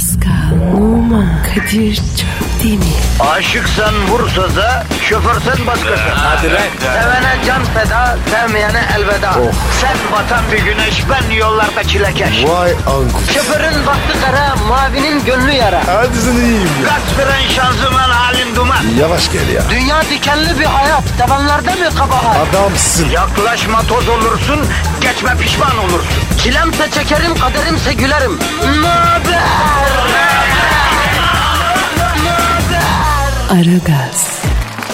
Pascal, Oman, Kadir çok değil mi? Aşıksan vursa da, şoförsen başkasın. Hadi lan. Sevene can feda, sevmeyene elveda. Sen batan bir güneş, ben yollarda çilekeş. Vay anku. Şoförün baktı kara, mavinin gönlü yara. Hadi sen iyiyim ya. Kasperen şanzıman halin duman. Yavaş gel ya. Dünya dikenli bir hayat, sevenlerde mi kabahar? Adamsın. Yaklaşma toz olursun, geçme pişman olursun. Çilemse çekerim, kaderimse gülerim. Möber! Aragaz.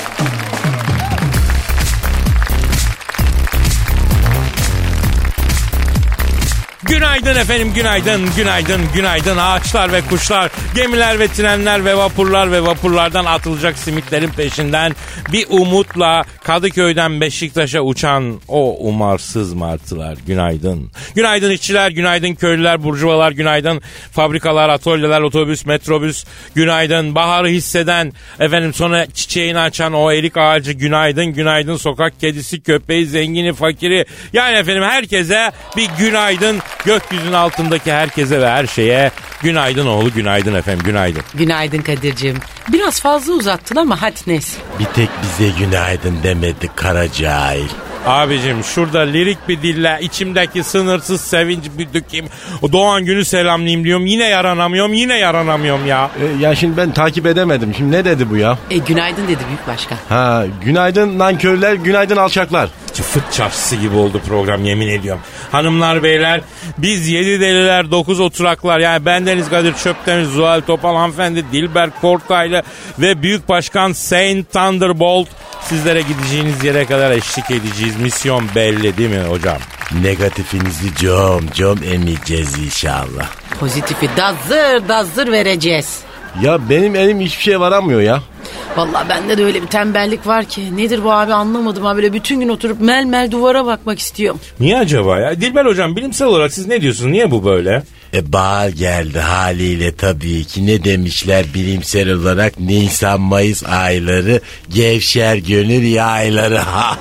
Günaydın efendim, günaydın. Ağaçlar ve kuşlar, gemiler ve trenler ve vapurlar ve vapurlardan atılacak simitlerin peşinden bir umutla Kadıköy'den Beşiktaş'a uçan o umarsız martılar. Günaydın. Günaydın işçiler, günaydın köylüler, burjuvalar, günaydın fabrikalar, atölyeler, otobüs, metrobüs, günaydın baharı hisseden, efendim sonra çiçeğini açan o erik ağacı, günaydın sokak kedisi, köpeği, zengini, fakiri. Yani efendim herkese bir günaydın. Gökyüzünün altındaki herkese ve her şeye günaydın oğlu, günaydın efendim, günaydın. Günaydın Kadir'cim. Biraz fazla uzattın ama hadi neyse. Bir tek bize günaydın demedi kara cahil. Abicim şurada lirik bir dille içimdeki sınırsız sevinci bir dökeyim. Doğan günü selamlayayım diyorum. Yine yaranamıyorum ya. Ya şimdi ben takip edemedim. Şimdi ne dedi bu ya? Günaydın dedi büyük başkan. Ha, günaydın nankörler, günaydın alçaklar. Çıfıt çarşısı gibi oldu program, yemin ediyorum. Hanımlar beyler, biz 7 deliler 9 oturaklar, yani bendeniz Kadir Çöptemir, Zuhal Topal hanımefendi, Dilber Kortaylı ve büyük başkan Saint Thunderbolt sizlere gideceğiniz yere kadar eşlik edeceğiz. Misyon belli değil mi hocam? Negatifinizi com emeceğiz inşallah. Pozitifi dazır vereceğiz. Ya benim elim hiçbir şeye varamıyor ya. Vallahi bende de öyle bir tembellik var ki. Nedir bu abi, anlamadım ha, böyle bütün gün oturup mel duvara bakmak istiyorum. Niye acaba ya? Dilber hocam, bilimsel olarak siz ne diyorsunuz? Niye bu böyle? Bahar geldi haliyle tabii ki. Ne demişler bilimsel olarak? Nisan Mayıs ayları, gevşer gönül yayları.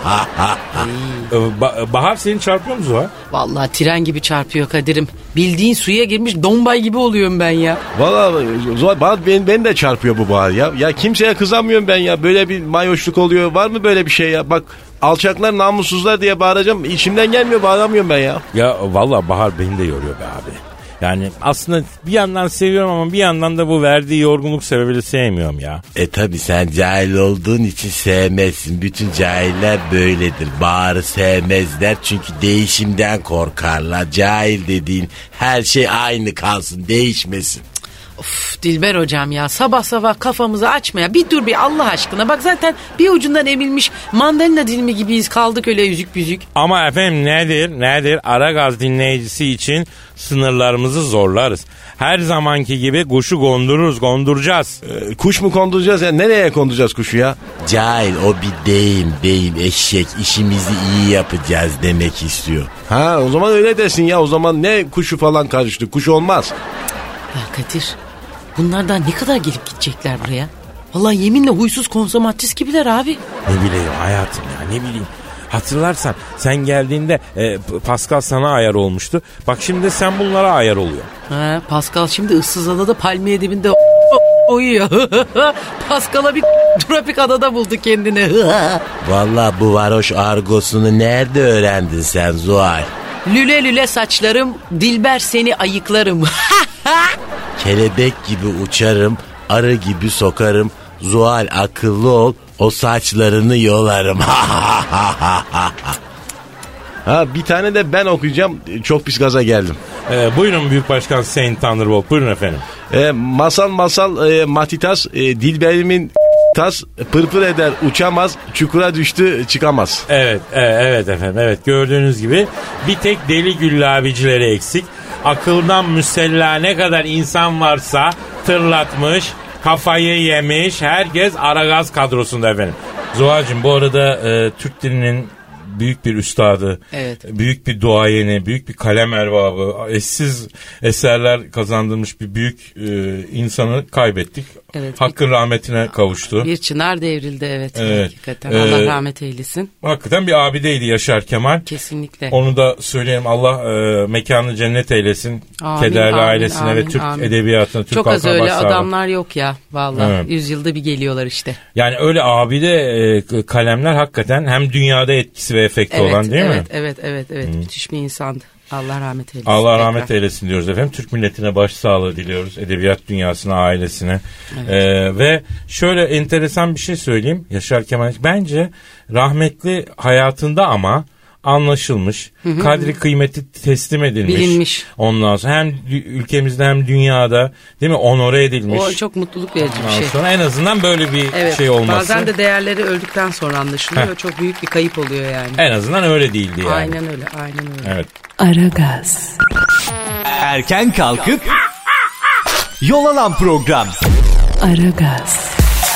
Bahar seni çarpıyor mu Zuhal? Vallahi tren gibi çarpıyor Kadir'im. Bildiğin suya girmiş dombay gibi oluyorum ben ya. Vallahi ben de çarpıyor bu bahar ya. Ya kimseye kızamıyorum ben ya. Böyle bir mayoşluk oluyor. Var mı böyle bir şey ya? Bak, alçaklar, namussuzlar diye bağıracağım. İçimden gelmiyor, bağıramıyorum ben ya. Ya vallahi bahar beni de yoruyor be abi. Yani aslında bir yandan seviyorum ama bir yandan da bu verdiği yorgunluk sebebiyle sevmiyorum ya. Tabi sen cahil olduğun için sevmezsin. Bütün cahiller böyledir. Baharı sevmezler çünkü değişimden korkarlar. Cahil dediğin her şey aynı kalsın, değişmesin. Of Dilber hocam ya, sabah kafamızı açma ya. Bir dur bir Allah aşkına. Bak zaten bir ucundan emilmiş mandalina dilimi gibiyiz, kaldık öyle yüzük büzük. Ama efendim nedir? Aragaz dinleyicisi için sınırlarımızı zorlarız. Her zamanki gibi kuşu konduracağız. Kuş mu konduracağız ya? Nereye konduracağız kuşu ya? Cahil, o bir deyim eşek, işimizi iyi yapacağız demek istiyor. Ha, o zaman öyle desin ya. O zaman ne kuşu falan karıştı, kuş olmaz. Ya Kadir, bunlardan ne kadar gelip gidecekler buraya? Vallahi yeminle huysuz konsomatris gibiler abi. Ne bileyim hayatım ya, ne bileyim. Hatırlarsan sen geldiğinde Pascal sana ayar olmuştu. Bak şimdi sen bunlara ayar oluyor. Ha, Pascal şimdi ıssız adada palmiye dibinde uyuyor. Pascal'a bir tropik adada buldu kendini. Vallahi bu varoş argosunu nerede öğrendin sen Zuhal? Lüle saçlarım, Dilber seni ayıklarım. Kelebek gibi uçarım, arı gibi sokarım. Zuhal akıllı ol, o saçlarını yolarım. Ha, bir tane de ben okuyacağım. Çok pis gaza geldim. Buyurun Büyük Başkan Saint Thunderbolt, buyurun efendim. Masal matitas, Dilberimin tas pırpır eder uçamaz, çukura düştü çıkamaz. Evet efendim, evet, gördüğünüz gibi bir tek deli güllabicileri eksik. Akıldan müsella ne kadar insan varsa tırlatmış, kafayı yemiş, herkes Aragaz kadrosunda efendim. Zuhal'cığım bu arada Türk dilinin büyük bir üstadı, Evet. büyük bir duayeni, büyük bir kalem erbabı, eşsiz eserler kazandırmış bir büyük insanı kaybettik. Evet. Hakkın rahmetine kavuştu. Bir çınar devrildi evet. Evet. Hakikaten Allah rahmet eylesin. Hakikaten bir abideydi Yaşar Kemal. Kesinlikle. Onu da söyleyelim, Allah mekanını cennet eylesin. Amin, Kederli amin, ailesine amin, ve Türk amin. edebiyatına, Türk çok az halkına öyle başsağlığı. adamlar yok ya vallahi. Evet. Yüzyılda bir geliyorlar işte. Yani öyle abide kalemler hakikaten hem dünyada etkisi ve efekti olan değil mi? Evet. Müthiş bir insandı. Allah rahmet eylesin. Allah rahmet eylesin diyoruz efendim. Türk milletine başsağlığı diliyoruz. Edebiyat dünyasına, ailesine. Ve şöyle enteresan bir şey söyleyeyim. Yaşar Kemal bence rahmetli hayatında ama anlaşılmış. Kadri kıymeti teslim edilmiş. Bilinmiş. Ondan sonra hem ülkemizde hem dünyada değil mi onore edilmiş. O çok mutluluk verici bir şey. Sonra en azından böyle bir şey olması. Bazen de değerleri öldükten sonra anlaşılıyor. Çok büyük bir kayıp oluyor yani. En azından öyle değildi yani. Aynen öyle. Evet. Aragaz, Erken kalkıp yol alan program. Aragaz,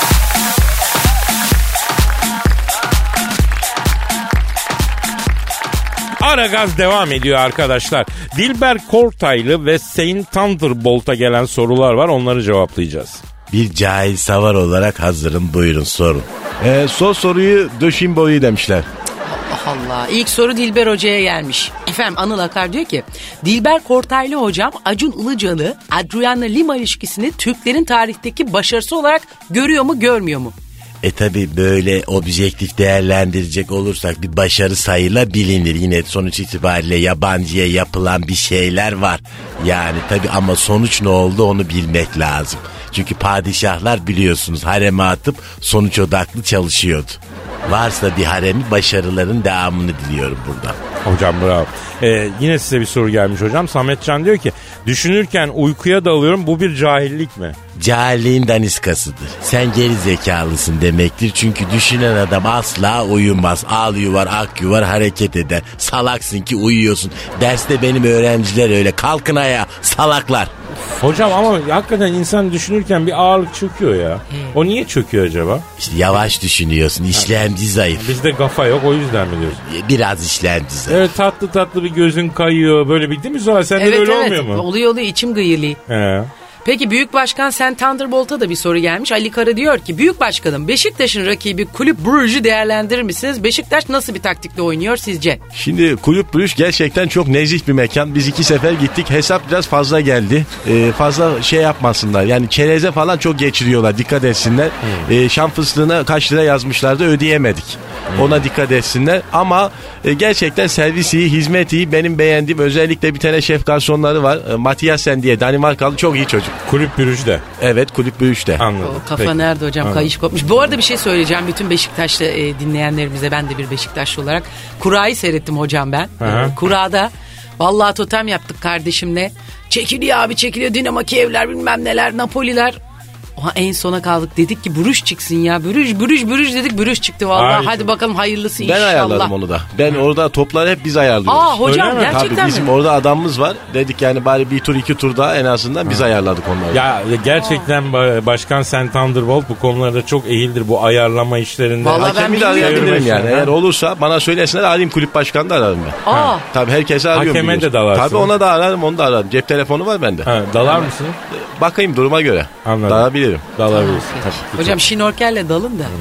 Aragaz devam ediyor arkadaşlar. Dilber Kortaylı ve Sayın Thunderbolt'a gelen sorular var, onları cevaplayacağız. Bir cahil savar olarak hazırım, buyurun sorun. Son soruyu döşeyim boyu demişler. Allah. İlk soru Dilber Hoca'ya gelmiş. Efendim Anıl Akar diyor ki Dilber Kortaylı hocam Acun Ilıcalı Adriana Lima ilişkisini Türklerin tarihteki başarısı olarak görüyor mu görmüyor mu? Tabi böyle objektif değerlendirecek olursak bir başarı sayılabilir. Yine sonuç itibariyle yabancıya yapılan bir şeyler var. Yani tabi ama sonuç ne oldu onu bilmek lazım. Çünkü padişahlar biliyorsunuz hareme atıp sonuç odaklı çalışıyordu. Varsa bir haremi başarıların devamını diliyorum buradan. Hocam bravo. Yine size bir soru gelmiş hocam. Sametcan diyor ki düşünürken uykuya dalıyorum, bu bir cahillik mi? Cahilliğin daniskasıdır. Sen geri zekalısın demektir. Çünkü düşünen adam asla uyumaz. Al yuvar ak yuvar hareket eder. Salaksın ki uyuyorsun. Derste benim öğrenciler öyle. Kalkın ayağa salaklar. Hocam ama hakikaten insan düşünürken bir ağırlık çöküyor ya. O niye çöküyor acaba? İşte yavaş düşünüyorsun. İşlemci zayıf. Bizde kafa yok, o yüzden mi diyorsun? Biraz işlemci zayıf. Evet, tatlı tatlı bir gözün kayıyor. Böyle bir değil mi Zuhal? Sende de öyle olmuyor mu? Oluyor içim gıyırlı. He. Peki Büyük Başkan Sen Thunderbolt'a da bir soru gelmiş. Ali Kara diyor ki Büyük Başkanım Beşiktaş'ın rakibi Kulüp Brugge'ü değerlendirir misiniz? Beşiktaş nasıl bir taktikle oynuyor sizce? Şimdi Kulüp Brugge gerçekten çok nezih bir mekan. Biz 2 sefer gittik. Hesap biraz fazla geldi. Fazla şey yapmasınlar. Yani çereze falan çok geçiriyorlar. Dikkat etsinler. Şam fıstığına kaç lira yazmışlardı ödeyemedik. Ona dikkat etsinler. Ama gerçekten servis iyi, hizmet iyi. Benim beğendiğim özellikle bir tane şef garsonları var. Matiasen diye Danimarkalı, çok iyi çocuk. Kulüp Brugge'de. Evet, Kulüp Brugge'de. Anladım. O kafa Peki. nerede hocam? Anladım. Kayış kopmuş. Bu arada bir şey söyleyeceğim bütün Beşiktaşlı dinleyenlerimize. Ben de bir Beşiktaşlı olarak Kura'yı seyrettim hocam ben. Kura'da vallahi totem yaptık kardeşimle. Çekiliyor abi, çekiliyor. Dinamo Kievler bilmem neler, Napoliler. Oha, en sona kaldık, dedik ki Bruges çıksın ya. Bruges dedik, Bruges çıktı vallahi. Harika. Hadi bakalım hayırlısı Ben inşallah. ayarladım onu da. Ben orada topları hep biz ayarlıyoruz. Aa hocam Öyle mi? gerçekten Tabii bizim mi? orada adamımız var. Dedik yani bari bir tur 2 tur daha en azından biz ayarladık onları. Ya gerçekten Başkan Sen Thunderbolt bu konularda çok ehildir, bu ayarlama işlerinde. Vallahi ben Hakemi de bilmiyorum. arayabilirim yani. Ha? Eğer olursa bana söylesinler, arayayım, kulüp başkanı da ararım ben. Aa. Tabii herkese arıyorum. Hakeme de biliyorsun. dalarsın. Tabii ona da ararım, onu da ararım. Cep telefonu var bende. Ha, dalar mısın? Bakayım duruma göre. Anladım. Dalabilirim. Dalabilirsin. Peki. Tabii. Hocam şnorkelle dalın da.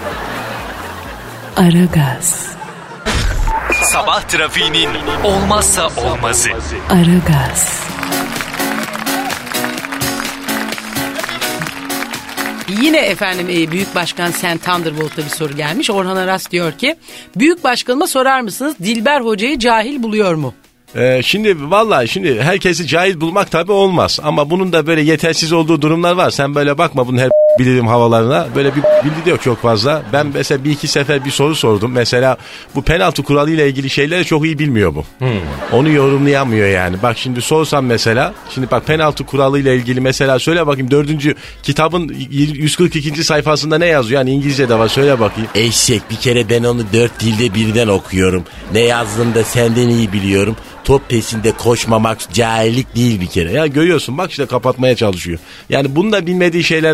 Aragaz, Sabah trafiğinin olmazsa olmazı. Aragaz, Yine efendim Büyük Başkan Sen Thunderbolt'ta bir soru gelmiş. Orhan Aras diyor ki Büyük Başkanıma sorar mısınız Dilber Hoca'yı cahil buluyor mu? Şimdi vallahi herkesi cahil bulmak tabii olmaz. Ama bunun da böyle yetersiz olduğu durumlar var. Sen böyle bakma bunun her bilirim havalarına. Böyle bir bildi de yok çok fazla. Ben mesela 1-2 sefer bir soru sordum. Mesela bu penaltı kuralıyla ilgili şeyleri çok iyi bilmiyor bu. Onu yorumlayamıyor yani. Bak şimdi sorsam mesela. Şimdi bak penaltı kuralıyla ilgili mesela söyle bakayım 4. kitabın 142. sayfasında ne yazıyor? Yani İngilizce'de var, söyle bakayım. Eşek, bir kere ben onu 4 dilde birden okuyorum. Ne yazdığını da senden iyi biliyorum. Top peşinde koşmamak cahillik değil bir kere. Ya görüyorsun bak işte kapatmaya çalışıyor. Yani bunun da bilmediği şeyler var yani.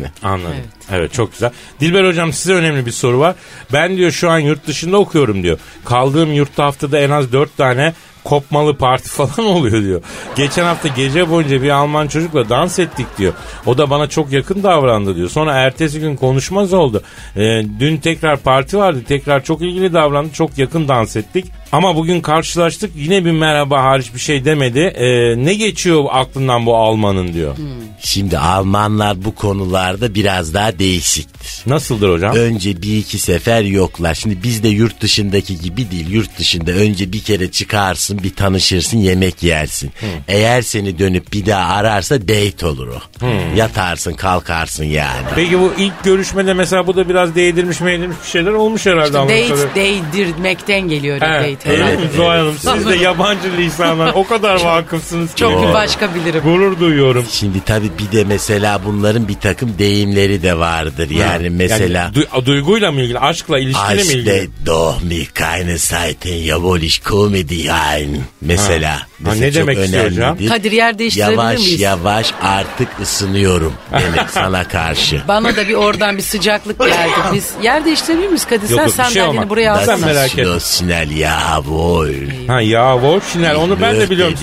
Anladım. Evet çok güzel. Dilber hocam size önemli bir soru var. Ben diyor şu an yurt dışında okuyorum diyor. Kaldığım yurtta haftada en az 4 tane kopmalı parti falan oluyor diyor. Geçen hafta gece boyunca bir Alman çocukla dans ettik diyor. O da bana çok yakın davrandı diyor. Sonra ertesi gün konuşmaz oldu. Dün tekrar parti vardı. Tekrar çok ilgili davrandı. Çok yakın dans ettik. Ama bugün karşılaştık. Yine bir merhaba hariç bir şey demedi. Ne geçiyor aklından bu Almanın diyor. Şimdi Almanlar bu konularda biraz daha değişiktir. Nasıldır hocam? Önce bir iki sefer yoklar. Şimdi bizde yurt dışındaki gibi değil. Yurt dışında önce bir kere çıkarsın, bir tanışırsın, yemek yersin. Eğer seni dönüp bir daha ararsa date olur o. Yatarsın, kalkarsın yani. Peki bu ilk görüşmede mesela bu da biraz değdirmiş bir şeyler olmuş herhalde. İşte değdirmekten geliyor. Evet. Öyle mi Zuhal Hanım? Siz de yabancı lisanlar o kadar vakıfsınız ki. Çok bir başka bilirim. Gurur duyuyorum. Şimdi tabii bir de mesela bunların bir takım deyimleri de vardır. Yani mesela... Yani duyguyla mı ilgili? Aşkla, ilişkiyle mi ilgili? Aşkla doch mich keine Seiten jawohl Komedi ein. Mesela. Ne demek istiyor hocam? Kadir yer değiştirebilir miyiz? Yavaş artık ısınıyorum demek sana karşı. Bana da bir oradan bir sıcaklık geldi. Biz yer değiştirebilir miyiz Kadir? Yok, sen şey sandalyeni buraya alsana. Sen merak etme. Sinel jawohl. Jawohl Sinel onu ben de biliyorum.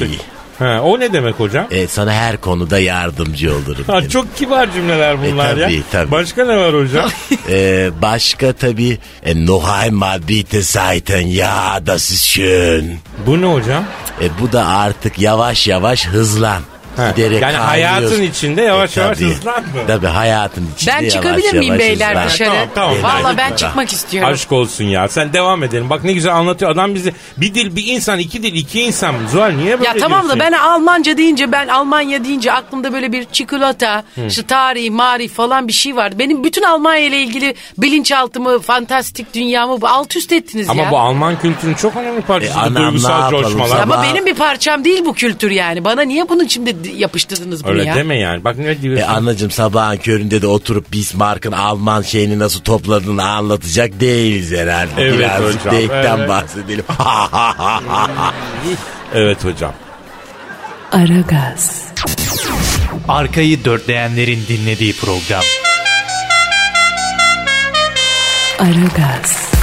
O ne demek hocam? Sana her konuda yardımcı olurum. Çok kibar cümleler bunlar ya. Tabii. Başka ne var hocam? Başka tabii noch einmal bitte Seiten ja das ist schön. Bu ne hocam? Bu da artık yavaş yavaş hızlan. Yani hayatın içinde yavaş yavaş hızlan mı? Tabii hayatın içinde ben çıkabilir miyim beyler hızlan. dışarı? Tamam. Valla ben çıkmak istiyorum. Aşk olsun ya. Sen devam edelim. Bak ne güzel anlatıyor. Adam bize bir dil bir insan, iki dil iki insan. Zuhal niye böyle ya tamam da diyorsun? ben Almanca deyince Almanya deyince aklımda böyle bir çikolata, işte tarih, marif falan bir şey vardı. Benim bütün Almanya ile ilgili bilinçaltımı, fantastik dünyamı alt üst ettiniz Ama ya. bu Alman kültürünün çok önemli parçası. Duygusal coşmalar. Ama benim bir parçam değil bu kültür yani. Bana niye bunun şimdi yapıştırdınız bunu öyle ya? Öyle deme yani. Bak ne diyorsun? Anacığım sabahın köründe de oturup Bismarck'ın Alman şeyini nasıl topladığını anlatacak değiliz herhalde. Evet birazcık hocam. date'den bahsedelim. Evet hocam. Aragaz. Arkayı dörtleyenlerin dinlediği program. Aragaz.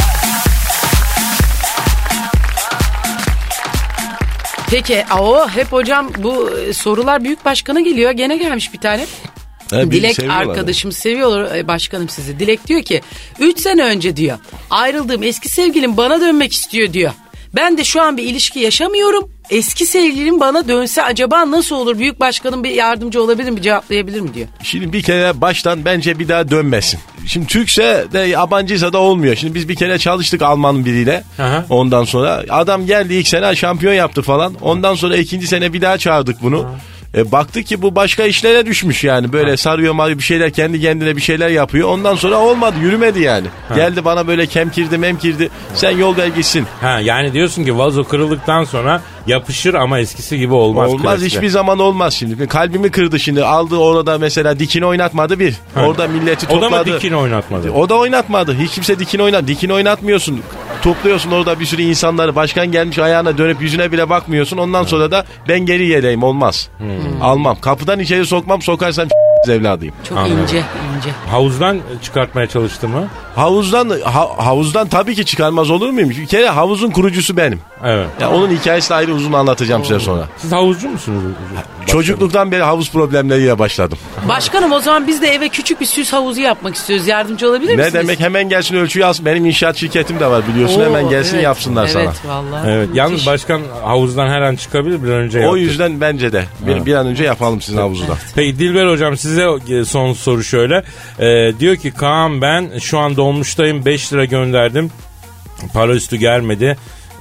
Peki hep hocam bu sorular Büyük Başkan'a geliyor. Gene gelmiş bir tane. Dilek arkadaşım seviyor başkanım sizi. Dilek diyor ki 3 sene önce diyor ayrıldığım eski sevgilim bana dönmek istiyor diyor. Ben de şu an bir ilişki yaşamıyorum. Eski sevgilim bana dönse acaba nasıl olur? Büyük Başkanım bir yardımcı olabilir mi? Cevaplayabilir mi diyor. Şimdi bir kere baştan bence bir daha dönmesin. Şimdi Türkse de yabancıysa da olmuyor. Şimdi biz bir kere çalıştık Alman biriyle. Aha. Ondan sonra adam geldi ilk sene şampiyon yaptı falan. Ondan sonra ikinci sene bir daha çağırdık bunu. Baktık ki bu başka işlere düşmüş yani. Böyle sarıyor bir şeyler kendi kendine bir şeyler yapıyor. Ondan sonra olmadı yürümedi yani. Geldi bana böyle memkirdi. Sen yol ver gitsin. Yani diyorsun ki vazo kırıldıktan sonra yapışır ama eskisi gibi olmaz. Olmaz klasik. hiçbir zaman olmaz şimdi. Kalbimi kırdı şimdi. Aldı orada mesela dikini oynatmadı bir. Orada milleti topladı. O da mı dikini oynatmadı? O da oynatmadı. Hiç kimse dikini oynatmadı. Dikini oynatmıyorsun. Topluyorsun orada bir sürü insanları. Başkan gelmiş ayağına dönüp yüzüne bile bakmıyorsun. Ondan sonra da ben geri yedeyim. Olmaz. Almam. Kapıdan içeri sokmam. Sokarsam evladıyım. Çok Anladım. ince. Havuzdan çıkartmaya çalıştı mı? Havuzdan tabii ki çıkarmaz olur muyum? Bir kere havuzun kurucusu benim. Evet. Ya onun hikayesi de ayrı uzun anlatacağım size sonra. Siz havuzcu musunuz? Çocukluktan beri havuz problemleriyle başladım. Başkanım o zaman biz de eve küçük bir süs havuzu yapmak istiyoruz. Yardımcı olabilir misiniz? Ne demek hemen gelsin ölçüyü alsın. Benim inşaat şirketim de var biliyorsun. Hemen gelsin yapsınlar sana. Evet vallahi. Evet. Yalnız başkan havuzdan her an çıkabilir bir an önce yaptı. O yüzden bence de bir an önce yapalım sizin havuzda. Peki Dilber hocam size son soru şöyle. Diyor ki Kaan ben şu an dolmuştayım 5 lira gönderdim. Para üstü gelmedi.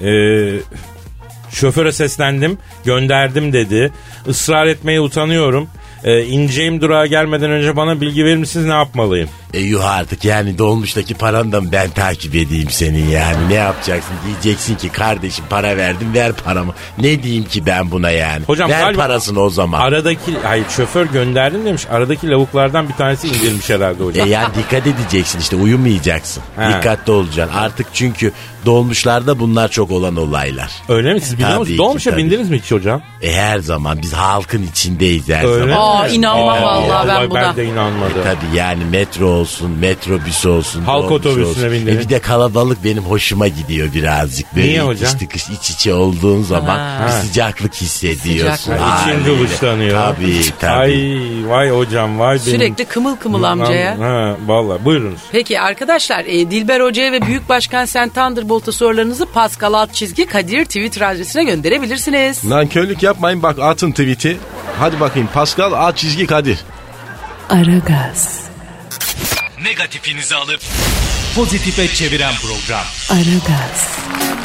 Şoföre seslendim gönderdim dedi. Israr etmeye utanıyorum. İneceğim durağa gelmeden önce bana bilgi verir misiniz ne yapmalıyım? Yuh artık yani dolmuştaki parandan ben takip edeyim senin yani. Ne yapacaksın? Diyeceksin ki kardeşim para verdim ver paramı. Ne diyeyim ki ben buna yani? Hocam, ver galiba parasını o zaman. Hayır şoför gönderdim demiş. Aradaki lavuklardan bir tanesi indirmiş herhalde hocam. Ya dikkat edeceksin işte uyumayacaksın. Dikkatli olacaksın. Artık çünkü dolmuşlarda bunlar çok olan olaylar. Öyle mi? Siz biliyor musunuz? Dolmuşa bindiniz mi hiç hocam? Her zaman biz halkın içindeyiz her Öyle zaman. mi? İnanmam vallahi ben buna. Ben de inanmadım. Tabii yani metro olsun, metrobüs olsun. Halk otobüsüne bindiniz. Bir de kalabalık benim hoşuma gidiyor birazcık. Böyle niye hocam? tıkış iç içe olduğun zaman bir sıcaklık hissediyorsun. Sıcaklık. İçin kıvışlanıyor. Tabii. Ay vay hocam vay benim. Sürekli kımıl kımıl amcaya. Ha vallahi buyurunuz. Peki arkadaşlar Dilber Hoca'ya ve Büyük Başkan Sen Thunderbolt'a sorularınızı Pascal Kadir Twitter adresine gönderebilirsiniz. Nankörlük yapmayın bak atın tweet'i. Hadi bakayım Pascal Kadir. Aragaz, Negatifinizi alıp pozitife çeviren program. Aragaz,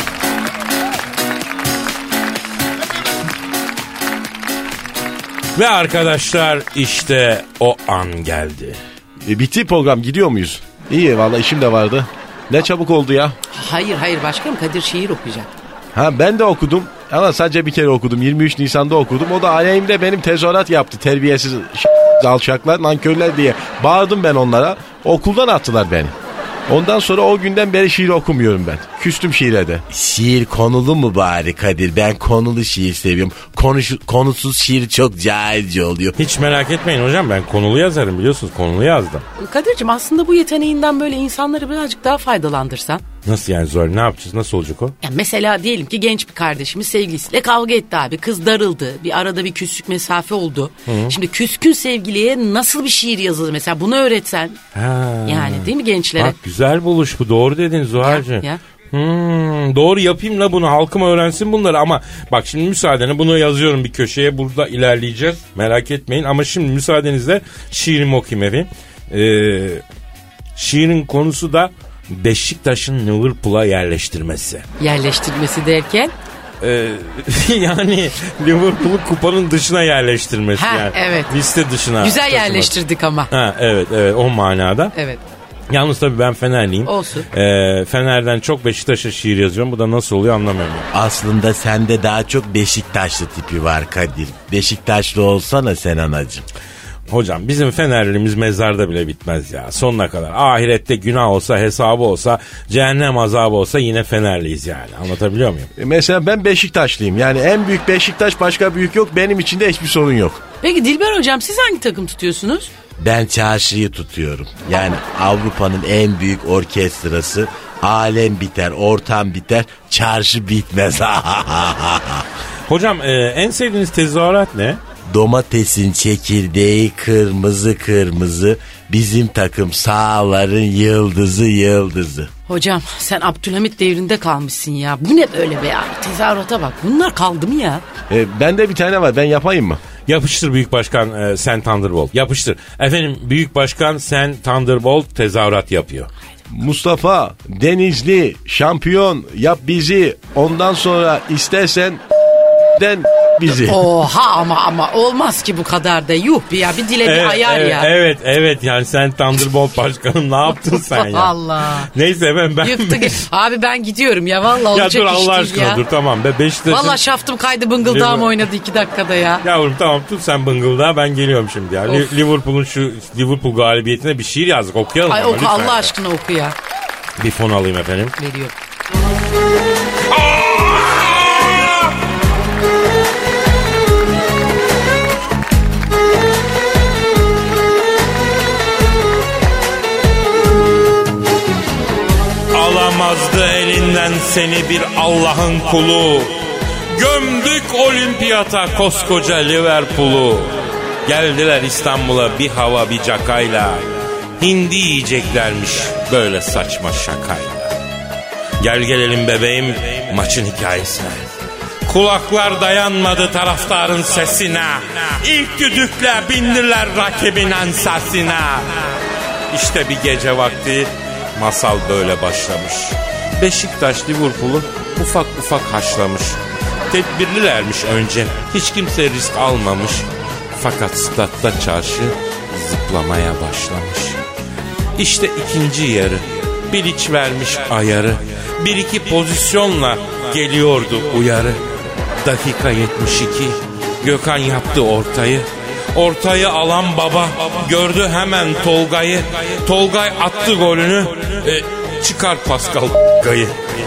Ve arkadaşlar işte o an geldi. Bitti program gidiyor muyuz? İyi vallahi işim de vardı. Ne çabuk oldu ya. Hayır başkanım Kadir şiir okuyacak. Ha ben de okudum ama sadece bir kere okudum. 23 Nisan'da okudum. O da aleyhimde benim tezahürat yaptı. Terbiyesiz alçaklar, nankörler diye. Bağırdım ben onlara. Okuldan attılar beni. Ondan sonra o günden beri şiir okumuyorum ben. Küstüm şiire de. Şiir konulu mu bari Kadir? Ben konulu şiir seviyorum. Konusuz şiir çok cahilce oluyor. Hiç merak etmeyin hocam ben konulu yazarım biliyorsunuz konulu yazdım. Kadir'cim aslında bu yeteneğinden böyle insanları birazcık daha faydalandırsan. Nasıl yani Zuhal ne yapacağız nasıl olacak o? Ya mesela diyelim ki genç bir kardeşimiz sevgilisiyle kavga etti abi. Kız darıldı. Bir arada bir küslük mesafe oldu. Şimdi küskün sevgiliye nasıl bir şiir yazılır mesela bunu öğretsen. Yani değil mi gençlere? Bak güzel buluş bu doğru dedin Zuhal'cığım. Ya. Doğru yapayım la bunu halkım öğrensin bunları ama bak şimdi müsaadene bunu yazıyorum bir köşeye burada ilerleyeceğiz merak etmeyin ama şimdi müsaadenizle şiirimi okuyayım efendim. Şiirin konusu da Beşiktaş'ın Liverpool'a yerleştirmesi. Yerleştirmesi derken? Yani Liverpool'u kupanın dışına yerleştirmesi yani. Evet. Liste dışına. Güzel taşıması. yerleştirdik ama. Evet o manada. Evet. Yalnız tabii ben Fenerliyim. Olsun. Fener'den çok Beşiktaş'a şiir yazıyorum. Bu da nasıl oluyor anlamıyorum. Aslında sende daha çok Beşiktaşlı tipi var Kadir. Beşiktaşlı olsana sen anacığım. Hocam bizim Fenerliliğimiz mezarda bile bitmez ya. Sonuna kadar. Ahirette günah olsa hesabı olsa cehennem azabı olsa yine Fenerliyiz yani. Anlatabiliyor muyum? Mesela ben Beşiktaşlıyım. Yani en büyük Beşiktaş başka büyük yok. Benim için de hiçbir sorun yok. Peki Dilber hocam siz hangi takım tutuyorsunuz? Ben çarşıyı tutuyorum. Yani Avrupa'nın en büyük orkestrası. Alem biter, ortam biter, çarşı bitmez. Hocam en sevdiğiniz tezahürat ne? Domatesin çekirdeği kırmızı kırmızı. Bizim takım sağların yıldızı. Hocam sen Abdülhamit devrinde kalmışsın ya. Bu ne böyle be ya? Tezahürata bak. Bunlar kaldı mı ya? Bende bir tane var ben yapayım mı? Yapıştır Büyük Başkan Sen Thunderbolt. Yapıştır. Efendim Büyük Başkan Sen Thunderbolt tezahürat yapıyor. Mustafa Denizli şampiyon yap bizi. Ondan sonra istersen den bizi. Oha ama olmaz ki bu kadar da yuh bir ya bir dile bir ayar ya. Evet yani sen Thunderbolt başkanım ne yaptın sen ya? Allah. Neyse ben. Yıktı abi ben gidiyorum ya vallahi olacak ya dur Allah değil aşkına ya. dur tamam be Beşiktaş'ın. Vallahi şaftım kaydı bıngıldağım oynadı 2 dakikada ya. Yavrum tamam tut sen bıngıldağı ben geliyorum şimdi ya. Liverpool galibiyetine bir şiir yazdık okuyalım. Ay oku Allah ya. aşkına oku ya. Bir fon alayım efendim. Veriyorum. Alamazdı elinden seni bir Allah'ın kulu. Gömdük olimpiyata koskoca Liverpool'u. Geldiler İstanbul'a bir hava bir cakayla. Hindi yiyeceklermiş böyle saçma şakayla. Gel gelelim bebeğim maçın hikayesine. Kulaklar dayanmadı taraftarın sesine. İlk düdükle bindiler rakibin ensesine. İşte bir gece vakti masal böyle başlamış. Beşiktaş Liverpool'u ufak ufak haşlamış. Tedbirlilermiş önce. Hiç kimse risk almamış. Fakat statta çarşı zıplamaya başlamış. İşte ikinci yarı. Bir iç vermiş ayarı. Bir iki pozisyonla geliyordu uyarı. Dakika 72. Gökhan yaptı ortayı. Ortayı alan baba gördü hemen Tolga'yı. Tolgay attı golünü. Çıkar Pascal Gayı.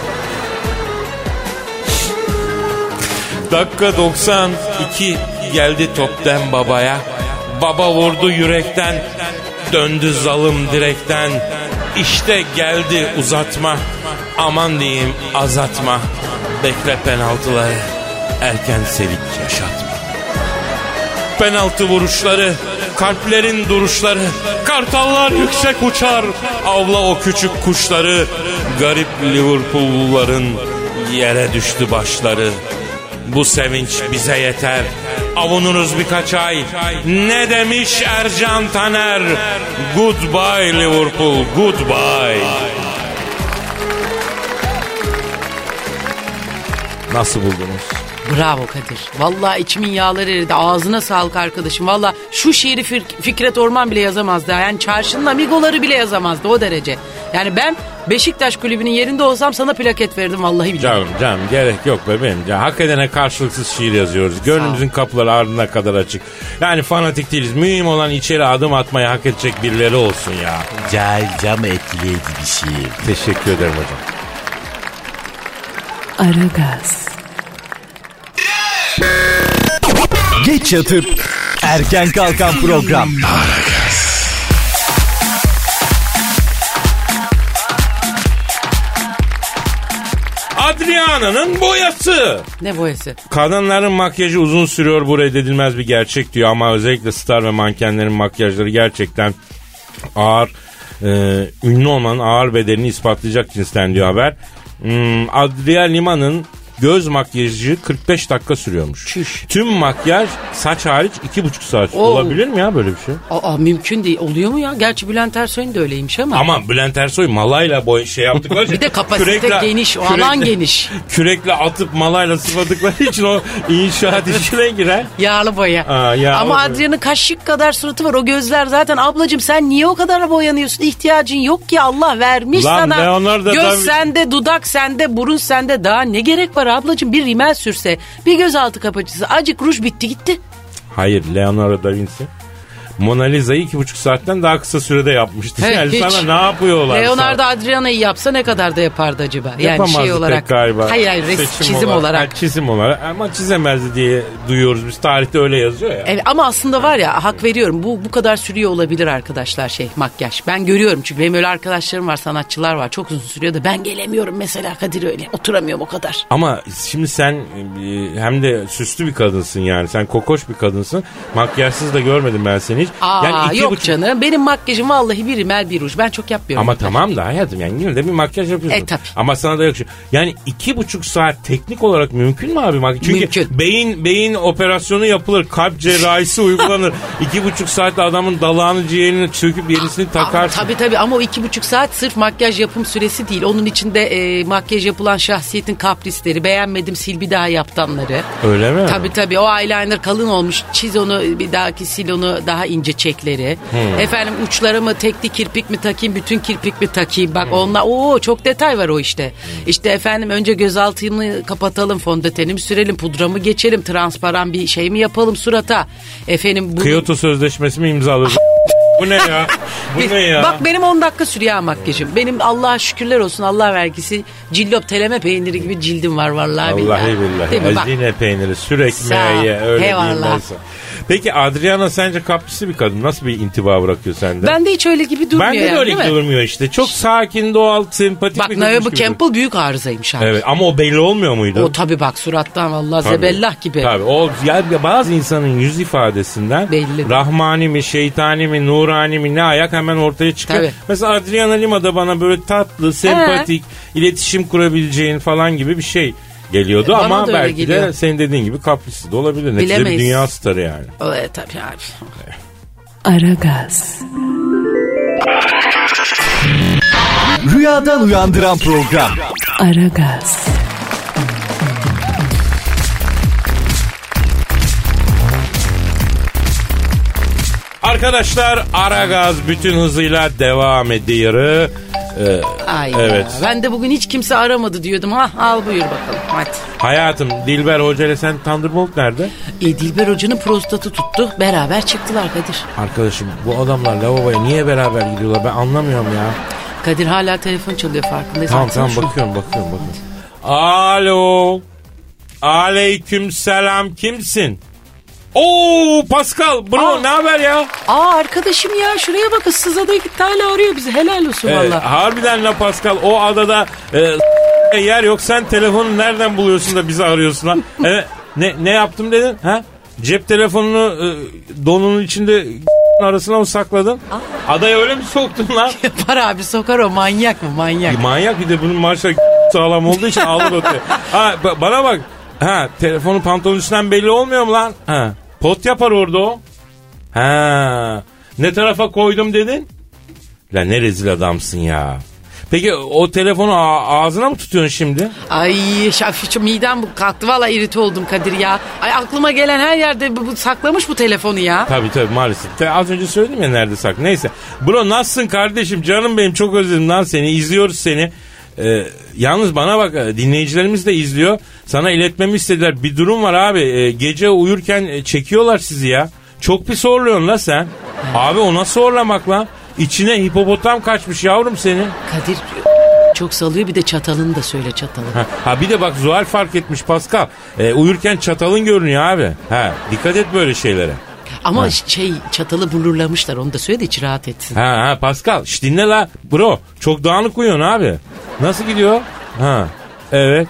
Dakika 92 geldi topten babaya. Baba vurdu yürekten. Döndü zalim direkten. İşte geldi uzatma. Aman diyeyim azatma. Bekle penaltıları. Erken sevinç yaşatma. Penaltı vuruşları, kalplerin duruşları, kartallar yüksek uçar, avla o küçük kuşları, garip Liverpoolluların yere düştü başları. Bu sevinç bize yeter, avunuruz birkaç ay. Ne demiş Ercan Taner? Goodbye Liverpool, goodbye. Nasıl buldunuz? Bravo Kadir. Vallahi içimin yağları eridi. Ağzına sağlık arkadaşım. Vallahi şu şiiri Fikret Orman bile yazamazdı. Yani çarşının amigoları bile yazamazdı o derece. Yani ben Beşiktaş kulübünün yerinde olsam sana plaket verdim vallahi billahi. Canım gerek yok bebeğim. Hak edene karşılıksız şiir yazıyoruz. Gönlümüzün kapıları ardına kadar açık. Yani fanatik değiliz. Mühim olan içeri adım atmayı hak edecek birileri olsun ya. Cahilce ama etkileyici bir şiir. Teşekkür ederim hocam. Aragaz. Geç yatıp erken kalkan program. Adriana'nın boyası. Ne boyası? Kadınların makyajı uzun sürüyor, bu reddedilmez bir gerçek diyor ama özellikle star ve mankenlerin makyajları gerçekten ağır, ünlü olmanın ağır bedelini ispatlayacak cinsten diyor haber. Adria Lima'nın göz makyajı 45 dakika sürüyormuş. Çüş. Tüm makyaj saç hariç 2,5 saat. Olabilir mi ya böyle bir şey? Mümkün değil. Oluyor mu ya? Gerçi Bülent Ersoy'un da öyleymiş ama. Ama Bülent Ersoy malayla şey yaptıkları bir de kapasite geniş, o alan geniş. Kürekle atıp malayla sıvadıkları için o inşaat işine girer. Yağlı boya. Yağlı ama boya. Adrian'ın kaşık kadar suratı var. O gözler zaten ablacığım sen niye o kadar boyanıyorsun? İhtiyacın yok ki, Allah vermiş lan sana. Leonardo Göz sende, dudak sende, burun sende, daha ne gerek var ablacığım? Bir rimel sürse, bir gözaltı kapacısı, acık ruj bitti gitti. Hayır, Leonardo da Vinci Mona Lisa'yı 2,5 saatten daha kısa sürede yapmıştı. Hey, yani hiç. sana ne yapıyorlar? Leonardo Adriana'yı yapsa ne kadar da yapardı acaba? Yani yapamazdı şey olarak. galiba. Hayır çizim olarak. Çizim olarak ama çizemezdi diye duyuyoruz biz. Tarihte öyle yazıyor ya. Evet, ama aslında var ya, hak veriyorum. Bu kadar sürüyor olabilir arkadaşlar makyaj. Ben görüyorum çünkü benim öyle arkadaşlarım var, sanatçılar var. Çok uzun sürüyor da ben gelemiyorum mesela Kadir öyle. Oturamıyorum o kadar. Ama şimdi sen hem de süslü bir kadınsın yani. Sen kokoş bir kadınsın. Makyajsız da görmedim ben seni hiç. Yani yok canım. Benim makyajım vallahi bir rimel bir ruj. Ben çok yapmıyorum. Ama tamam da hayatım yani yine de bir makyaj yapıyorsun. Tabii. Ama sana da yakışıyor. Yani 2,5 saat teknik olarak mümkün mü abi makyaj? Çünkü mümkün. Beyin operasyonu yapılır. Kalp cerrahisi uygulanır. 2,5 saatte adamın dalağını ciğerini söküp yenisini takarsın. Tabii ama o 2,5 saat sırf makyaj yapım süresi değil. Onun içinde makyaj yapılan şahsiyetin kaprisleri, beğenmedim sil bir daha yaptanları. Öyle mi? Tabii o eyeliner kalın olmuş. Çiz onu bir dahaki sil onu daha ince çekleri. Efendim uçlara mı tekli kirpik mi takayım, bütün kirpik mi takayım? Bak onlar çok detay var o işte. İşte efendim önce gözaltımı kapatalım, fondötenimi sürelim, pudramı geçelim, transparan bir şey mi yapalım surata? Efendim Kyoto Sözleşmesi mi imzaladı? Bu ne ya? Bu ne ya? Bak benim 10 dakika sürüyor makyajım. Benim Allah'a şükürler olsun, Allah vergisi cillop teleme peyniri gibi cildim var vallahi billahi. Vallahi Azine peyniri sür ekmeğe öyle diyeyim ben sana. Peki Adriana sence kaprisli bir kadın. Nasıl bir intiba bırakıyor sende? Bende hiç öyle gibi durmuyor. Bende de öyle gibi durmuyor işte. Çok sakin, doğal, sempatik bak, bir kadın. Bak Naomi Campbell büyük arızaymış abi. Evet ama o belli olmuyor muydu? O tabii bak surattan vallahi zebellah gibi. Tabii o yani bazı insanın yüz ifadesinden belli. Rahmani mi, şeytani mi, nurani mi ne ayak hemen ortaya çıkıyor. Tabii. Mesela Adriana Lima da bana böyle tatlı, sempatik, iletişim kurabileceğin falan gibi bir şey geliyordu ama belki de senin dediğin gibi kaprisli de olabilir. Neticede bir dünya starı yani. Evet tabii abi. Aragaz. Rüyadan uyandıran program. Aragaz. Arkadaşlar Aragaz bütün hızıyla devam ediyor. Ay Evet. ya, ben de bugün hiç kimse aramadı diyordum. Al buyur bakalım hadi. Hayatım Dilber Hoca ile sen Thunderbolt nerede? Dilber Hoca'nın prostatı tuttu. Beraber çıktılar Kadir. Arkadaşım bu adamlar lavaboya niye beraber gidiyorlar ben anlamıyorum ya. Kadir hala telefon çalıyor farkındaysan. Tamam bakıyorum. Alo. Aleyküm selam, kimsin? Oo Pascal bro, ne haber ya? Arkadaşım ya, şuraya bak, ıssız adaya gitti hala arıyor bizi, helal olsun valla. Harbiden la Pascal, o adada yer yok, sen telefonu nereden buluyorsun da bizi arıyorsun lan? Ne yaptım dedin? Ha? Cep telefonunu donunun içinde arasına mı sakladın? Adaya öyle mi soktun lan? Yapar abi, sokar o, manyak mı manyak? Manyak, bir de bunun maşallah sağlam olduğu için alır o bana bak. Ha, telefonu pantolonun üstünden belli olmuyor mu lan? Ha, pot yapar orada o. Ha, ne tarafa koydum dedin? Lan ne rezil adamsın ya. Peki o telefonu ağzına mı tutuyorsun şimdi? Ay şu midem kalktı valla, irite oldum Kadir ya. Ay aklıma gelen her yerde bu saklamış bu telefonu ya. Tabii maalesef. Az önce söyledim ya nerede saklı. Neyse. Bro nasılsın kardeşim, canım benim, çok özledim lan seni, izliyoruz seni. Yalnız bana bak, dinleyicilerimiz de izliyor. Sana iletmemi istediler. Bir durum var abi. Gece uyurken çekiyorlar sizi ya. Çok pis horluyorsun la sen. Abi o nasıl horlamak lan? İçine hipopotam kaçmış yavrum senin. Kadir çok salıyor, bir de çatalını da söyle, çatalı. Ha bir de bak Zuhal fark etmiş Pascal. Uyurken çatalın görünüyor abi. Ha, dikkat et böyle şeylere. Ama çatalı blurlamışlar, onu da söyle de iç rahat etsin. Ha Pascal dinle la bro, çok dağınık uyuyorsun abi. Nasıl gidiyor? Ha evet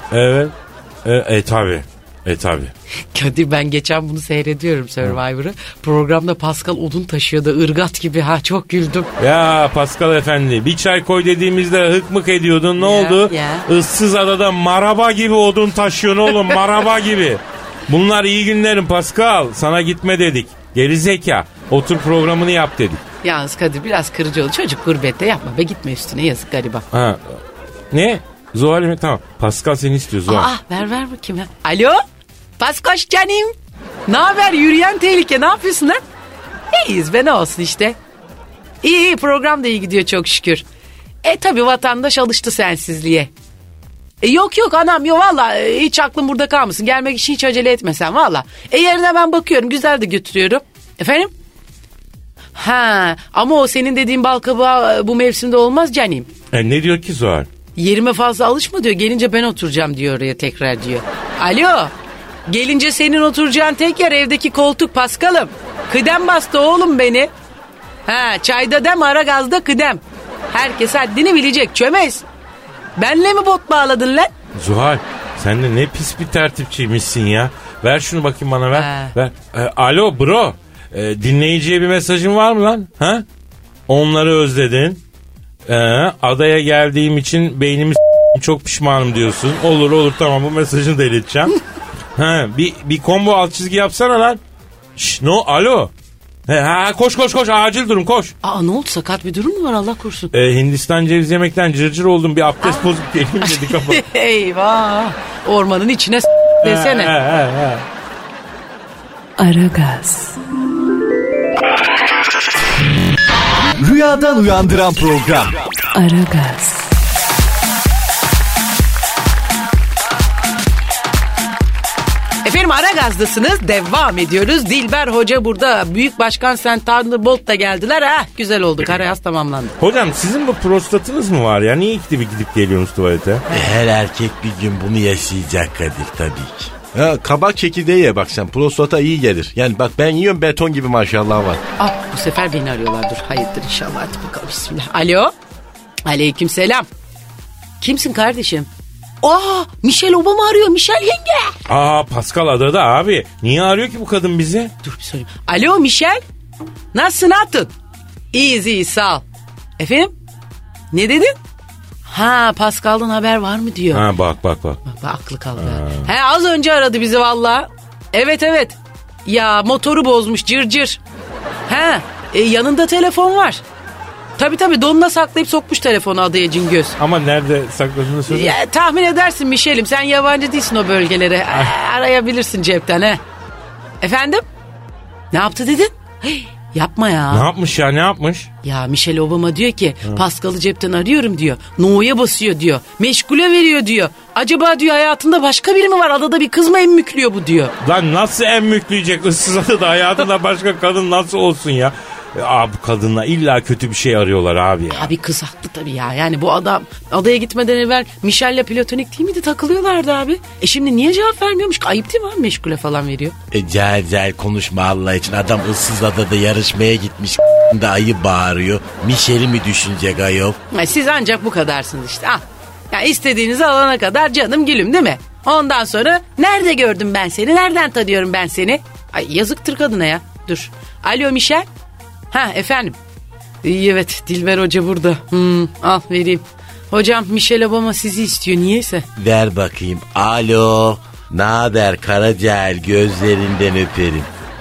tabi. Kadir ben geçen bunu seyrediyorum Survivor'ı. Programda Pascal odun taşıyordu ırgat gibi, çok güldüm. Ya Pascal efendi, bir çay koy dediğimizde hık mık ediyordun, ne oldu? Issız adada maraba gibi odun taşıyorsun oğlum, maraba gibi. Bunlar iyi günlerin Pascal, sana gitme dedik. Geri zeka, otur programını yap dedik. Yalnız Kadir biraz kırıcı oldu, çocuk gurbette, yapma be, gitme üstüne, yazık gariban. Ha. Ne? Zuhal mi? Tamam. Pascal seni istiyor Zuhal. Ver bakayım ya. Alo? Pascal canım. Ne haber, yürüyen tehlike, ne yapıyorsun lan? İyiyiz be, ne olsun işte. İyi, program da iyi gidiyor çok şükür. Tabi vatandaş alıştı sensizliğe. Yok anam, yok valla, hiç aklım burada kalmasın. Gelmek için hiç acele etmesen valla. Yerine ben bakıyorum, güzel de götürüyorum. Efendim? Ama o senin dediğin bal kabağı bu mevsimde olmaz canım. Ne diyor ki Zuhal? Yerime fazla alışma diyor. Gelince ben oturacağım diyor oraya tekrar diyor. Alo. Gelince senin oturacağın tek yer evdeki koltuk Paskal'ım. Kıdem bastı oğlum beni. Çayda dem, Aragaz'da kıdem. Herkes haddini bilecek, çömez. Benle mi bot bağladın lan? Zuhal sen de ne pis bir tertipçiymişsin ya. Ver şunu bakayım bana, ver. Alo bro. Dinleyiciye bir mesajın var mı lan? Onları özledin. Adaya geldiğim için beynimi çok pişmanım diyorsun. Olur tamam, bu mesajını da ileteceğim. Bir combo alt çizgi yapsana lan. Alo. Koş acil durum, koş. Ne oldu, sakat bir durum mu var Allah korusun? Hindistan cevizi yemekten cırcır oldum, bir abdest bozup geleyim dedik ama. Eyvah, ormanın içine desene. Aragaz. Rüyadan uyandıran program. Aragaz. Efendim Aragaz'dasınız, devam ediyoruz. Dilber Hoca burada, Büyük Başkan Sen Thunderbolt da geldiler. Güzel oldu, Karayaz tamamlandı. Hocam sizin bu prostatınız mı var ya? Niye ikide bir gidip geliyorsunuz tuvalete? Her erkek bir gün bunu yaşayacak Kadir, tabii ki. Kabak çekirdeği ye bak sen, prostata iyi gelir. Yani bak ben yiyorum, beton gibi maşallah var. Bu sefer beni arıyorlar, dur hayırdır inşallah, hadi bakalım bismillah. Alo. Aleyküm selam. Kimsin kardeşim? Michelle Obama arıyor, Michelle yenge. Pascal adada abi. Niye arıyor ki bu kadın bizi? Dur bir sorayım. Alo Michelle. Nasılsın hatun? İyiyiz sağ ol. Efendim? Ne dedin? Pascal'dan haber var mı diyor. Bak. Bak aklı kaldı. Az önce aradı bizi valla. Evet. Ya motoru bozmuş, cırcır. Yanında telefon var. Tabii donuna saklayıp sokmuş telefonu adaya cingöz. Ama nerede sakladığını söyle. Tahmin edersin Michelle'im, sen yabancı değilsin o bölgelere. Arayabilirsin cepten Efendim? Ne yaptı dedin? Yapma ya. Ne yapmış ya, ne yapmış? Ya Michelle Obama diyor ki Pascal'ı cepten arıyorum diyor. No'ya basıyor diyor. Meşgule veriyor diyor. Acaba diyor hayatında başka biri mi var? Adada bir kız mı emmüklüyor bu diyor. Lan nasıl emmükleyecek ıssız adada, hayatında başka kadın nasıl olsun ya? Abi kadınla illa kötü bir şey arıyorlar abi ya. Abi kız haklı tabii ya. Yani bu adam adaya gitmeden evvel Michelle'le platonik değil miydi? Takılıyorlardı abi. Şimdi niye cevap vermiyormuş? Ayıp değil mi abi, meşgule falan veriyor. Cahil konuşma Allah için. Adam ıssız adada yarışmaya gitmiş. Da ayı bağırıyor. Michelle'i mi düşünecek ayol? Siz ancak bu kadarsınız işte. Ya istediğinizi alana kadar canım gülüm değil mi? Ondan sonra nerede gördüm ben seni? Nereden tanıyorum ben seni? Ay yazıktır kadına ya. Dur. Alo Michelle. Ha efendim. İyi evet, Dilber Hoca burada. Al vereyim. Hocam Michelle Obama sizi istiyor niyeyse. Ver bakayım. Alo. Naber Karacahil, gözlerinden öperim.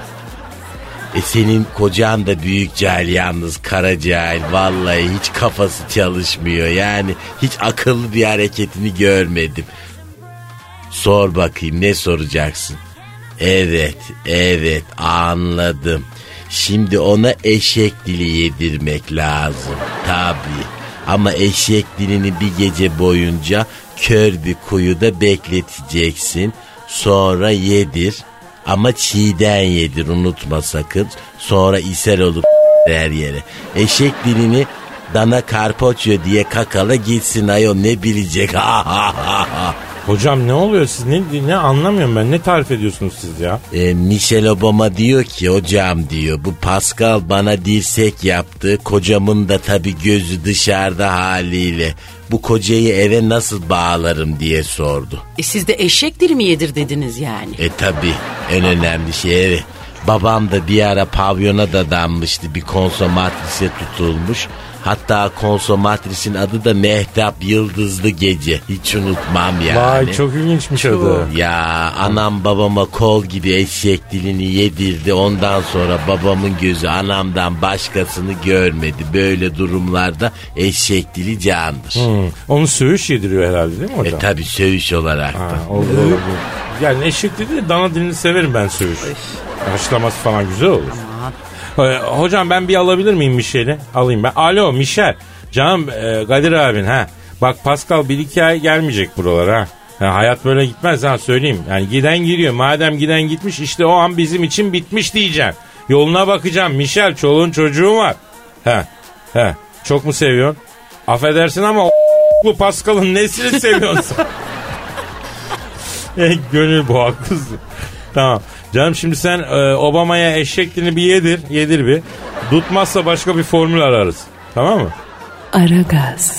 Senin kocan da büyük cahil yalnız, Karacahil. Vallahi hiç kafası çalışmıyor. Yani hiç akıllı bir hareketini görmedim. Sor bakayım, ne soracaksın? Evet anladım. Şimdi ona eşek dili yedirmek lazım. Tabii. Ama eşek dilini bir gece boyunca kör bir kuyuda bekleteceksin. Sonra yedir. Ama çiğden yedir, unutma sakın. Sonra ishal olup her yere. Eşek dilini dana carpaccio diye kakala gitsin ayol, ne bilecek. Hocam ne oluyor, siz ne anlamıyorum ben, ne tarif ediyorsunuz siz ya? Michelle Obama diyor ki hocam diyor, bu Pascal bana dirsek yaptı, kocamın da tabii gözü dışarıda haliyle. Bu kocayı eve nasıl bağlarım diye sordu. Siz de eşek dili mi yedir dediniz yani? Tabii en önemli şey evet. Babam da bir ara pavyona da danmıştı, bir konsomatrise tutulmuş. Hatta konsomatrisin adı da Mehtap Yıldızlı Gece. Hiç unutmam yani. Vay çok ilginçmiş adı. Ya anam babama kol gibi eşek dilini yedirdi. Ondan sonra babamın gözü anamdan başkasını görmedi. Böyle durumlarda eşek dili candır. Onu söğüş yediriyor herhalde değil mi hocam? Tabii söğüş olarak da. Olur. Yani eşek dili de dana dilini severim ben, söğüş. Haşlaması falan güzel olur. Hocam ben bir alabilir miyim Michelle'i? Alayım ben. Alo Michelle. Canım Kadir abin ha. Bak Pascal 1-2 ay gelmeyecek buralara ha. Hayat böyle gitmez ha, söyleyeyim. Yani giden giriyor. Madem giden gitmiş, işte o an bizim için bitmiş diyeceğim. Yoluna bakacağım. Michelle, çoluğun çocuğun var. He. Çok mu seviyorsun? Affedersin ama bu Pascal'ın nesini seviyorsun sen? Gönül bu, haklısın. Tamam. Canım şimdi sen Obama'ya eşek dilini bir yedir bir. Tutmazsa başka bir formül ararız. Tamam mı? Aragaz.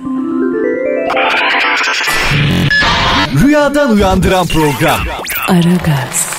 Rüyadan uyandıran program. Aragaz.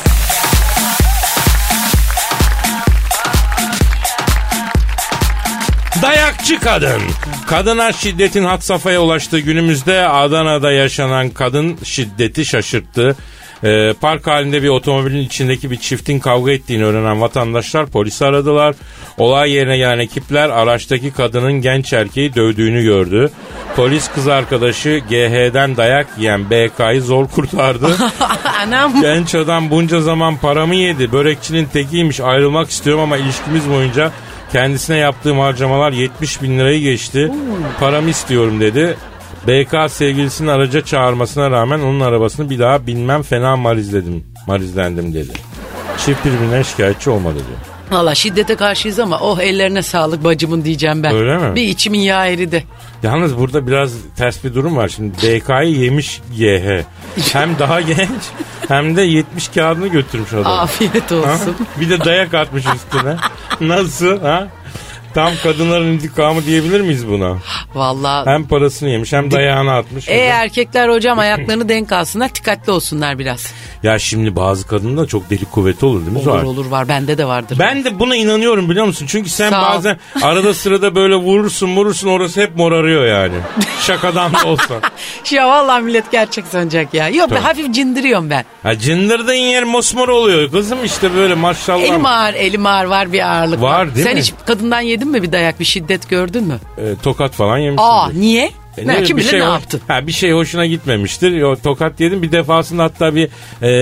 Dayakçı kadın. Kadına şiddetin had safhaya ulaştığı günümüzde Adana'da yaşanan kadın şiddeti şaşırttı. Park halinde bir otomobilin içindeki bir çiftin kavga ettiğini öğrenen vatandaşlar polisi aradılar. Olay yerine gelen ekipler araçtaki kadının genç erkeği dövdüğünü gördü. Polis kız arkadaşı GH'den dayak yiyen BK'yı zor kurtardı. Anam. Genç adam bunca zaman paramı yedi, börekçinin tekiymiş, ayrılmak istiyorum ama ilişkimiz boyunca kendisine yaptığım harcamalar 70 bin lirayı geçti. Paramı istiyorum dedi. BK sevgilisinin araca çağırmasına rağmen onun arabasını bir daha binmem, fena marizlendim dedi. Çift birbirine şikayetçi olmadı diyor. Valla şiddete karşıyız ama ellerine sağlık bacımın diyeceğim ben. Öyle mi? Bir içimin yağı eridi. Yalnız burada biraz ters bir durum var. Şimdi BK'yı yemiş GH. Hem daha genç hem de 70 kağıdını götürmüş adam. Afiyet olsun. Ha? Bir de dayak atmış üstüne. Nasıl ha? Tam kadınların intikamı diyebilir miyiz buna? Vallahi. Hem parasını yemiş hem dayağını atmış. Erkekler hocam ayaklarını denk alsınlar, dikkatli olsunlar biraz. Ya şimdi bazı kadın da çok deli kuvveti olur değil mi? Olur var, bende de vardır. Ben de buna inanıyorum biliyor musun? Çünkü sen bazen arada sırada böyle vurursun orası hep morarıyor yani. Şakadan da olsa. Ya vallahi millet gerçek sanacak ya. Yok be, hafif cindiriyorum ben. Ha, cindırdığın yer mosmor oluyor kızım, işte böyle maşallah. Elim ağır var, bir ağırlık var. Var değil Sen mi? hiç kadından yedin mi bir dayak, bir şiddet gördün mü? Tokat falan yemişsin. Niye? Kim bilir ne yaptı? Bir şey hoşuna gitmemiştir. O tokat yedim. Bir defasında hatta bir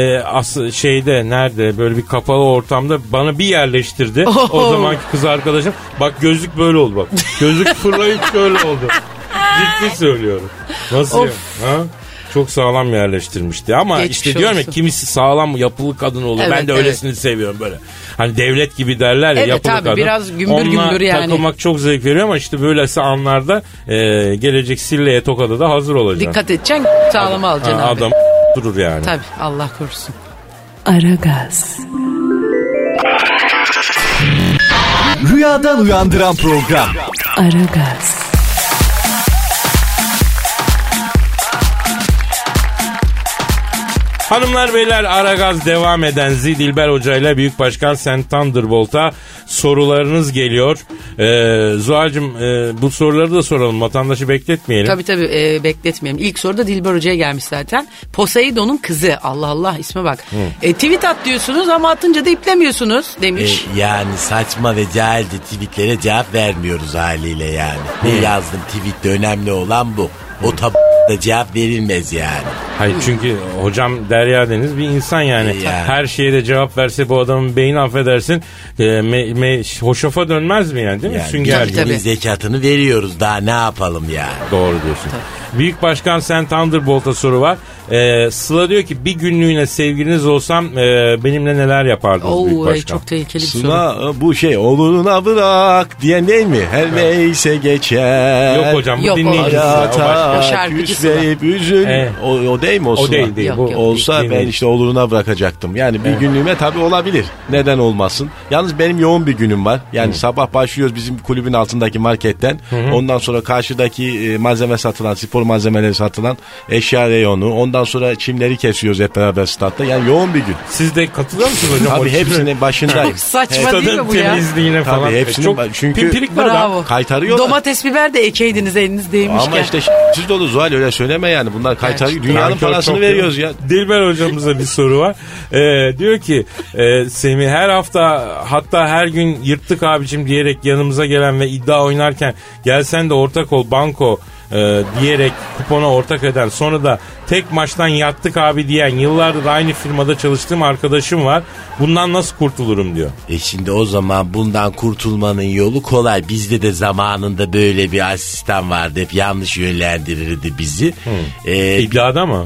nerede böyle bir kapalı ortamda bana bir yerleştirdi. O zamanki kız arkadaşım. Bak gözlük böyle oldu bak. Gözlük fırlayıp şöyle oldu. Ciddi söylüyorum. Nasıl ya? Ha? Çok sağlam yerleştirmişti ama Geçmiş işte diyorum ya olsun. kimisi sağlam yapılı kadın olur. Evet, ben de öylesini seviyorum böyle. Hani devlet gibi derler ya, Evet yapılı abi, kadın. biraz gümbür Onunla gümbür yani. takılmak çok zevk veriyor ama işte böylesi anlarda gelecek silleye tokada da hazır olacaksın. Dikkat edeceksin, sağlama alacaksın abi. Adam durur yani. Tabii, Allah korusun. Aragaz, Rüyadan uyandıran program. Aragaz, Hanımlar beyler, Aragaz devam eden Dilber Hoca ile Büyük Başkan Sen Thunderbolt'a sorularınız geliyor. Zuhal'cığım bu soruları da soralım, vatandaşı bekletmeyelim. Tabii bekletmeyelim. İlk soru da Dilber Hoca'ya gelmiş zaten. Poseidon'un kızı. Allah Allah, isme bak. Tweet at diyorsunuz ama atınca da iplemiyorsunuz demiş. Yani saçma ve cahilce tweetlere cevap vermiyoruz haliyle yani. Ne yazdım tweette, önemli olan bu. O da cevap verilmez yani. Hayır, çünkü hocam Derya Deniz bir insan yani. Her şeye de cevap verse bu adamın beyni, affedersin, hoşafa dönmez mi yani, değil mi? Yani Sünger gibi. biz zekatını veriyoruz, daha ne yapalım yani. Doğru diyorsun. Büyük Başkan Sen Thunderbolt'a soru var. Sıla diyor ki bir günlüğüne sevgiliniz olsam benimle neler yapardınız Büyük Başkan? Çok tehlikeli bir soru. Sıla bu şey oluruna bırak diyen değil mi? Her neyse geçer. Yok hocam, bu Yok, dinleyicisi. O şarkıcı Sıla. Üzün. O değil mi o Sıla? O değil. Yok, Bu yok. Olsa ben işte oluruna bırakacaktım. Yani bir günlüğüme tabii olabilir. Neden olmasın? Yalnız benim yoğun bir günüm var. Yani sabah başlıyoruz bizim kulübün altındaki marketten. Ondan sonra karşıdaki malzeme satılan, spor malzemeleri satılan eşya reyonu. Ondan sonra çimleri kesiyoruz hep beraber statta. Yani yoğun bir gün. Siz de katılıyor musunuz hocam? Tabii hepsinin başındayım. Çok saçma değil mi bu ya? Temizliğine falan. Tabii hepsinin Çok çünkü pimpirikler Bravo. kaytarıyorlar. Domates biber de ekeydiniz eliniz değmişken. Ama işte siz dolu Zuhal, öyle söyleme yani. Bunlar kaytarıyor. Dünyanın Nankör parasını çok veriyoruz diyor. ya. Dilber hocamıza bir soru var. Diyor ki Semih her hafta, hatta her gün yırttık abicim diyerek yanımıza gelen ve iddia oynarken gelsen de ortak ol banko diyerek kupona ortak eden, sonra da tek maçtan yattık abi diyen, yıllardır aynı firmada çalıştığım arkadaşım var. Bundan nasıl kurtulurum diyor. Şimdi o zaman bundan kurtulmanın yolu kolay. Bizde de zamanında böyle bir asistan vardı. Hep yanlış yönlendirirdi bizi. İddiada mı?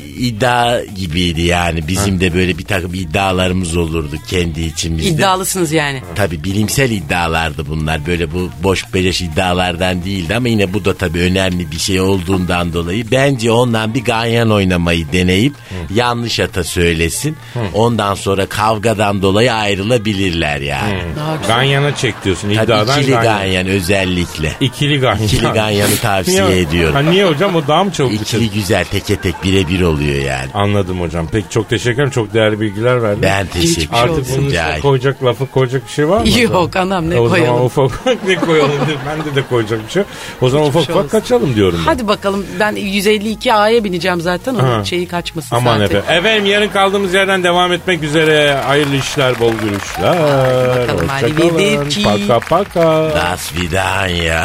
İddia gibiydi yani. Bizim de böyle bir takım iddialarımız olurdu kendi içimizde. İddialısınız yani. Tabii bilimsel iddialardı bunlar. Böyle bu boş beleş iddialardan değildi ama yine bu da tabii önemli bir şey olduğundan dolayı bence ondan bir ganyan oynamayı deneyip yanlış ata söylesin. Ondan sonra kavgadan dolayı ayrılabilirler yani. Ganyana çek diyorsun. Tabii İddiadan ikili ganyan özellikle. İkili ganyan. İkili ganyanı tavsiye ediyorum. Niye hocam, o daha mı çabuk biter? İkili güzel, teke tek birebir oluyor yani. Anladım hocam. Peki çok teşekkür ederim. Çok değerli bilgiler verdin. Ben teşekkür ederim. Artık bunun üstüne koyacak lafı, koyacak bir şey var mı? Yok anam, ne o koyalım. zaman ufak ne koyalım? Ben de koyacak bir şey. O zaman ufak kaçalım diyorum. Hadi bakalım, ben 152A'ya bineceğim zaten, onun şeyi kaçmasın Aman zaten. efendim, yarın kaldığımız yerden devam etmek üzere. Hayırlı işler, bol görüşler. Bakalım, hadi Hoşçakalın. Paka paka. Das Vidanya.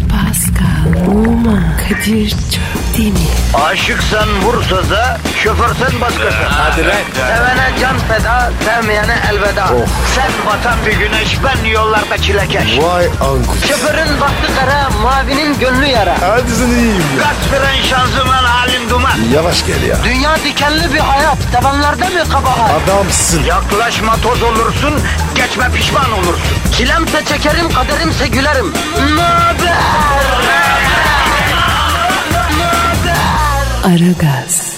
Pascal, Oman, Kadir çok değil mi? Aşıksan vursa da, şoförsen başkasın. Hadi lan. Sevene can feda, sevmeyene elveda. Sen batan bir güneş, ben yollarda çilekeş. Vay anku. Şoförün baktı kara, mavinin gönlü yara. Hadi sen iyiyim ya. Kasperen şanzıman halin duman. Yavaş gel ya. Dünya dikenli bir hayat, sevenlerde mi kabahar? Adamsın. Yaklaşma toz olursun, geçme pişman olursun. Çilemse çekerim, kaderimse gülerim. Möber! Aragaz.